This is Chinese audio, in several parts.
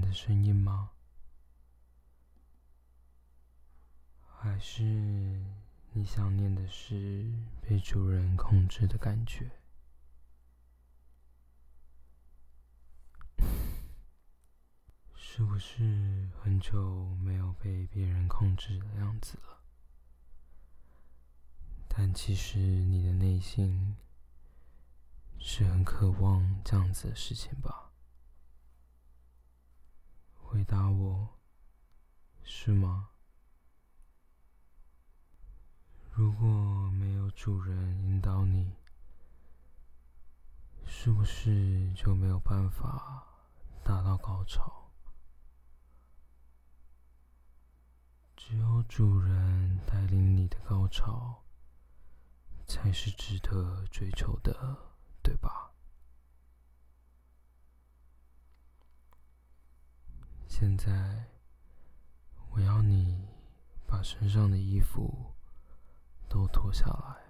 的声音吗？还是你想念的是被主人控制的感觉？是不是很久没有被别人控制的样子了？但其实你的内心是很渴望这样子的事情吧？回答我，是吗？如果没有主人引导你，是不是就没有办法达到高潮？只有主人带领你的高潮，才是值得追求的，对吧？现在，我要你把身上的衣服都脱下来。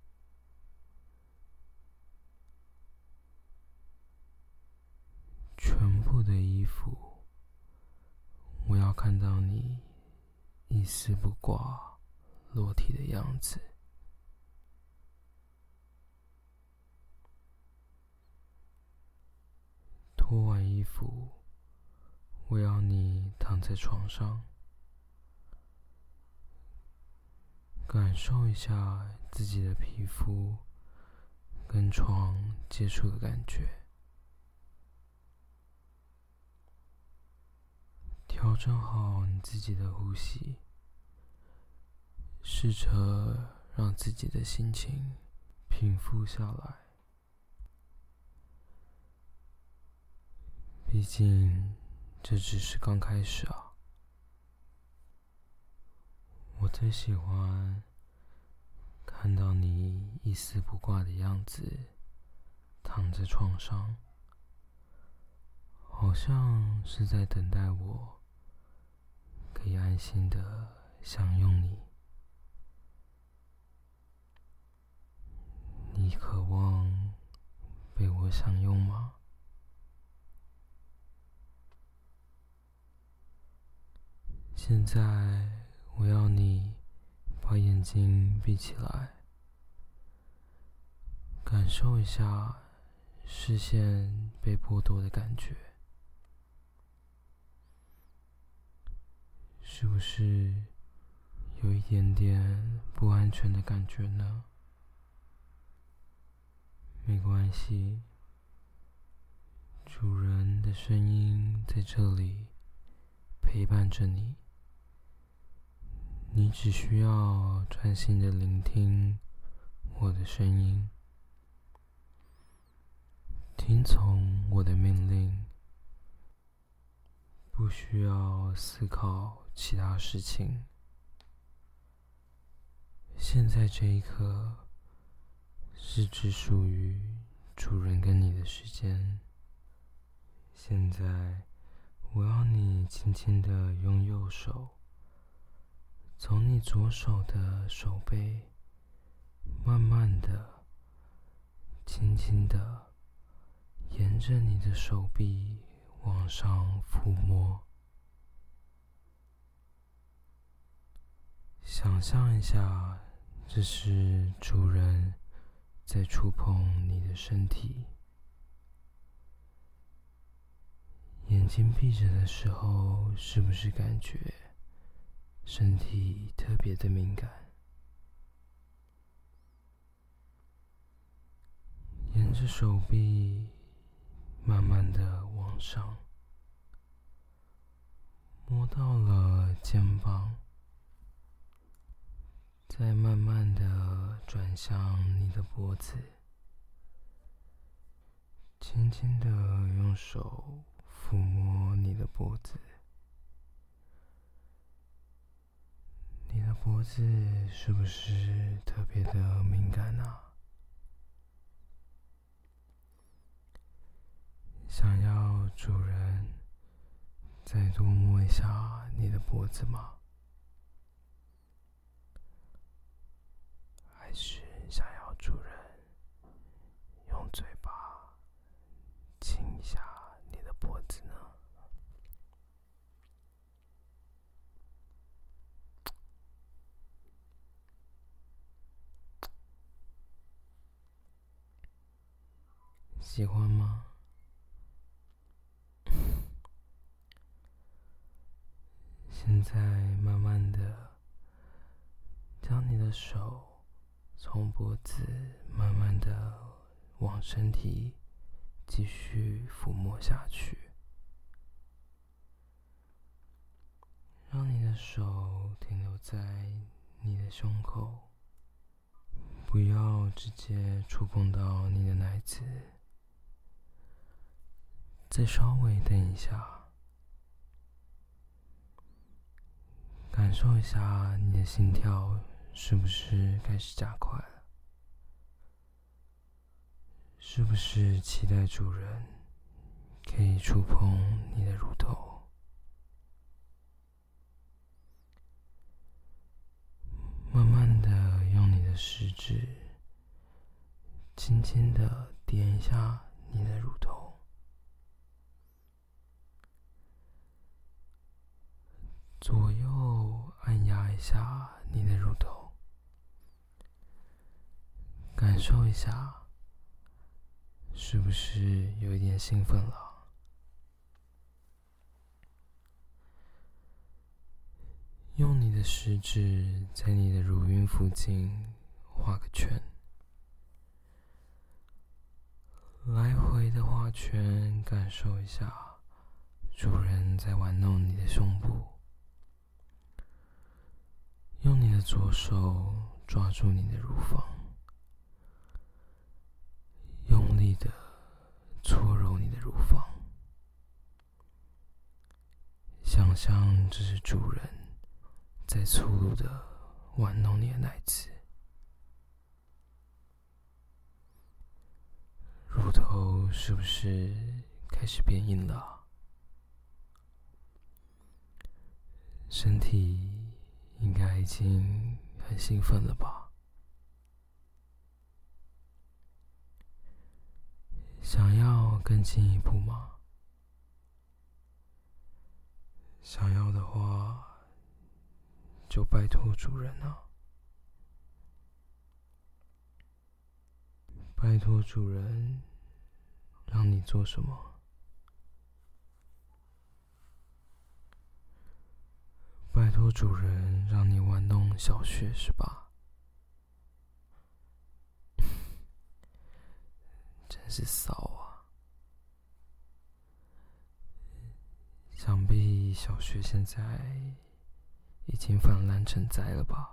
全部的衣服，我要看到你一丝不挂裸体的样子。脱完衣服，我要你躺在床上，感受一下自己的皮肤跟床接触的感觉，调整好你自己的呼吸，试着让自己的心情平复下来。毕竟这只是刚开始啊。我最喜欢看到你一丝不挂的样子，躺在床上，好像是在等待我可以安心的享用你。你渴望被我享用吗？现在我要你把眼睛闭起来，感受一下视线被剥夺的感觉，是不是有一点点不安全的感觉呢？没关系，主人的声音在这里陪伴着你，你只需要专心的聆听我的声音，听从我的命令，不需要思考其他事情。现在这一刻是只属于主人跟你的时间。现在我要你轻轻地用右手从你左手的手背慢慢的轻轻的沿着你的手臂往上抚摸，想象一下，这是主人在触碰你的身体。眼睛闭着的时候，是不是感觉身体特别的敏感？沿着手臂慢慢的往上，摸到了肩膀，再慢慢的转向你的脖子，轻轻的用手抚摸你的脖子。你的脖子是不是特别的敏感啊？想要主人再多摸一下你的脖子吗？还是想要主人用嘴巴亲一下你的脖子呢？ 喜欢吗？现在慢慢的将你的手从脖子慢慢的往身体继续抚摸下去，让你的手停留在你的胸口，不要直接触碰到你的奶子。再稍微等一下，感受一下你的心跳是不是开始加快了？是不是期待主人可以触碰你的乳头？慢慢的用你的食指轻轻的点一下你的乳头，左右按压一下你的乳头，感受一下是不是有一点兴奋了？用你的食指在你的乳晕附近画个圈，来回的画圈，感受一下主人在玩弄你的胸部。用你的左手抓住你的乳房，用力的搓揉你的乳房，想象这是主人在粗鲁的玩弄你的奶子。乳头是不是开始变硬了？身体应该已经很兴奋了吧？想要更进一步吗？想要的话，就拜托主人啊！拜托主人，让你做什么？拜托主人，让你玩弄小穴是吧？真是骚啊！想必小穴现在已经泛滥成灾了吧？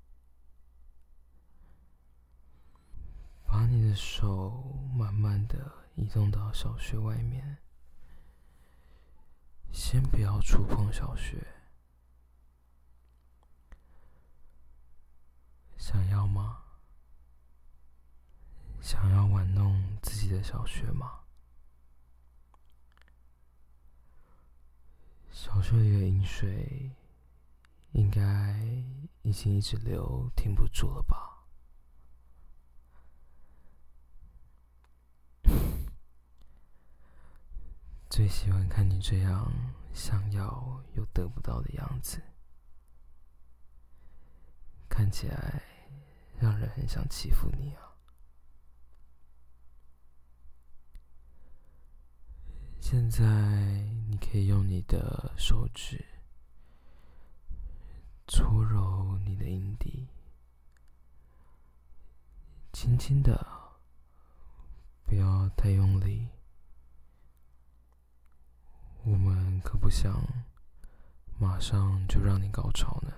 把你的手慢慢的移动到小穴外面，先不要触碰小穴。想要吗？想要玩弄自己的小穴吗？小穴里的饮水应该已经一直流，停不住了吧？最喜欢看你这样想要又得不到的样子，看起来让人很想欺负你啊！现在你可以用你的手指搓揉你的阴蒂，轻轻的，不要太用力。我们可不想马上就让你高潮呢。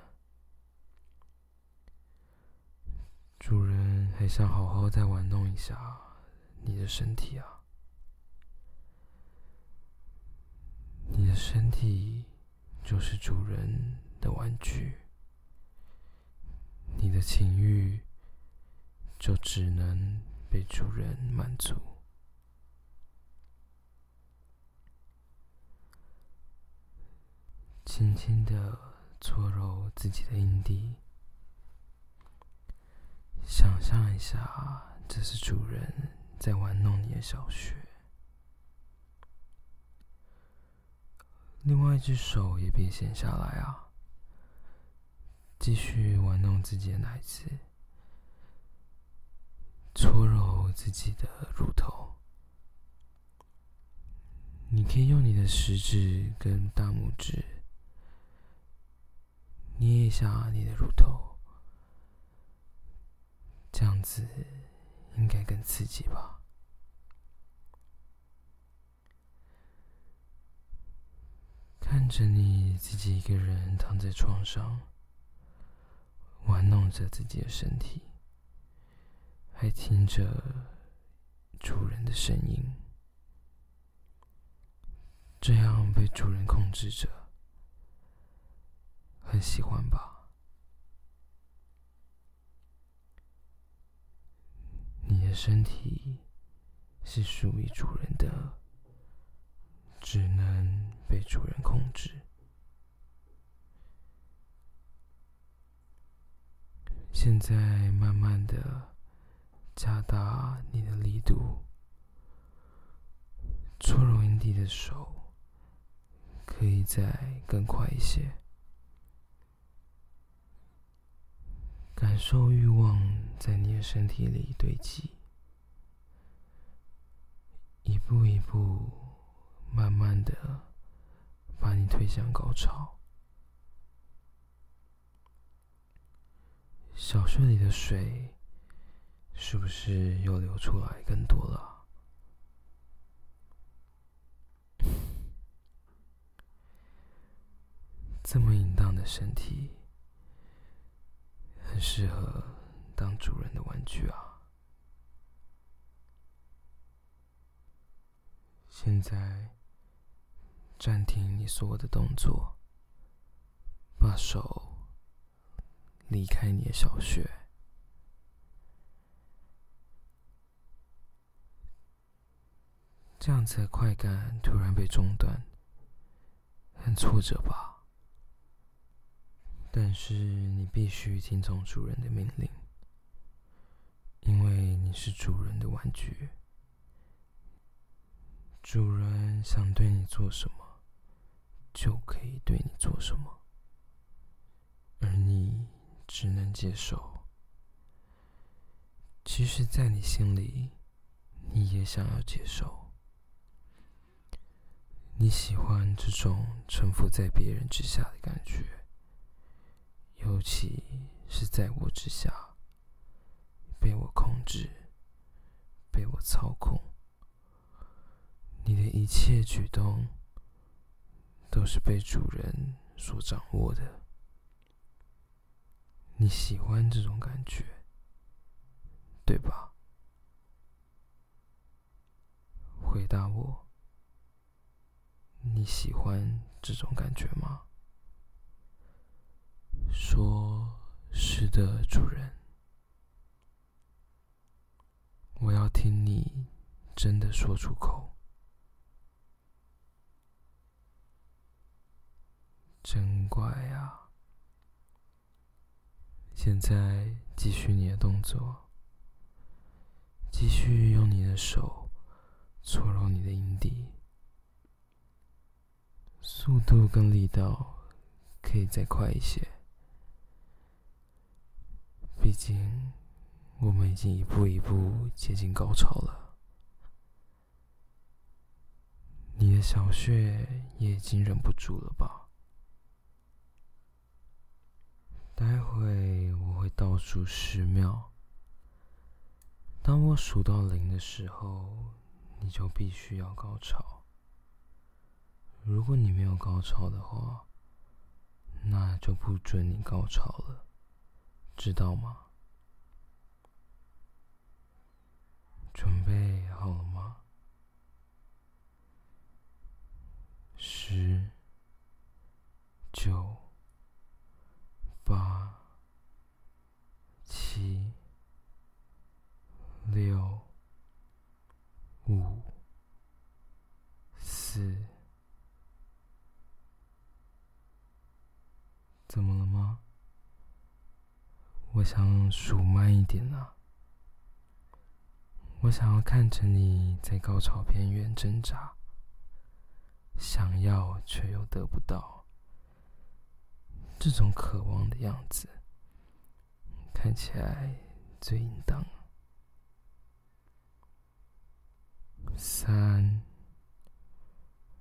主人还想好好再玩弄一下你的身体啊！你的身体就是主人的玩具，你的情欲就只能被主人满足。轻轻地搓揉自己的阴蒂，想象一下，这是主人在玩弄你的小穴。另外一只手也别闲下来啊，继续玩弄自己的奶子，搓揉自己的乳头， 你可以用你的食指跟大拇指捏一下你的乳头，这样子应该更刺激吧。看着你自己一个人躺在床上，玩弄着自己的身体，还听着主人的声音，这样被主人控制着，很喜欢吧？你的身体是属于主人的，只能被主人控制。现在慢慢的加大你的力度，搓揉阴蒂的手可以再更快一些，感受欲望在你的身体里堆积，一步一步慢慢的把你推向高潮。小穴里的水是不是又流出来更多了？这么淫荡的身体，很适合当主人的玩具啊。现在暂停你所有的动作，把手离开你的小穴，这样子的快感突然被中断，很挫折吧？但是你必须听从主人的命令，因为你是主人的玩具。主人想对你做什么，就可以对你做什么，而你只能接受。其实在你心里，你也想要接受。你喜欢这种臣服在别人之下的感觉，尤其是在我之下，被我控制，被我操控。你的一切举动都是被主人所掌握的。你喜欢这种感觉，对吧？回答我，你喜欢这种感觉吗？说是的，主人。我要听你真的说出口。真乖啊！现在继续你的动作，继续用你的手搓揉你的阴蒂，速度跟力道可以再快一些，毕竟我们已经一步一步接近高潮了。你的小穴也已经忍不住了吧？待会我会倒数10秒，当我数到0的时候，你就必须要高潮。如果你没有高潮的话，那就不准你高潮了，知道吗？准备好了吗？10、9、8、7、6、5、4，怎么了吗？我想数慢一点啊。我想要看着你在高潮边缘挣扎，想要却又得不到，这种渴望的样子，看起来最淫荡。3、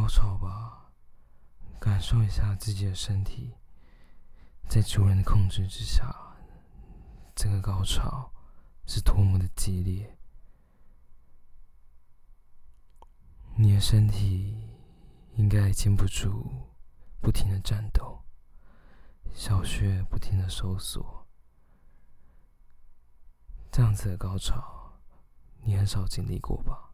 高潮吧，感受一下自己的身体在主人的控制之下，这个高潮是多么的激烈。你的身体应该禁不住不停的战斗，小穴不停的收缩，这样子的高潮你很少经历过吧？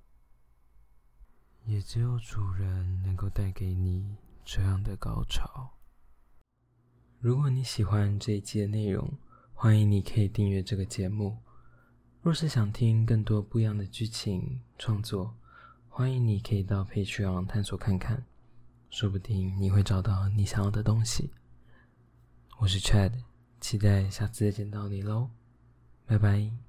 也只有主人能够带给你这样的高潮。如果你喜欢这一期的内容，欢迎你可以订阅这个节目。若是想听更多不一样的剧情创作，欢迎你可以到 Patreon 探索看看，说不定你会找到你想要的东西。我是 Chad， 期待下次再见到你咯，拜拜。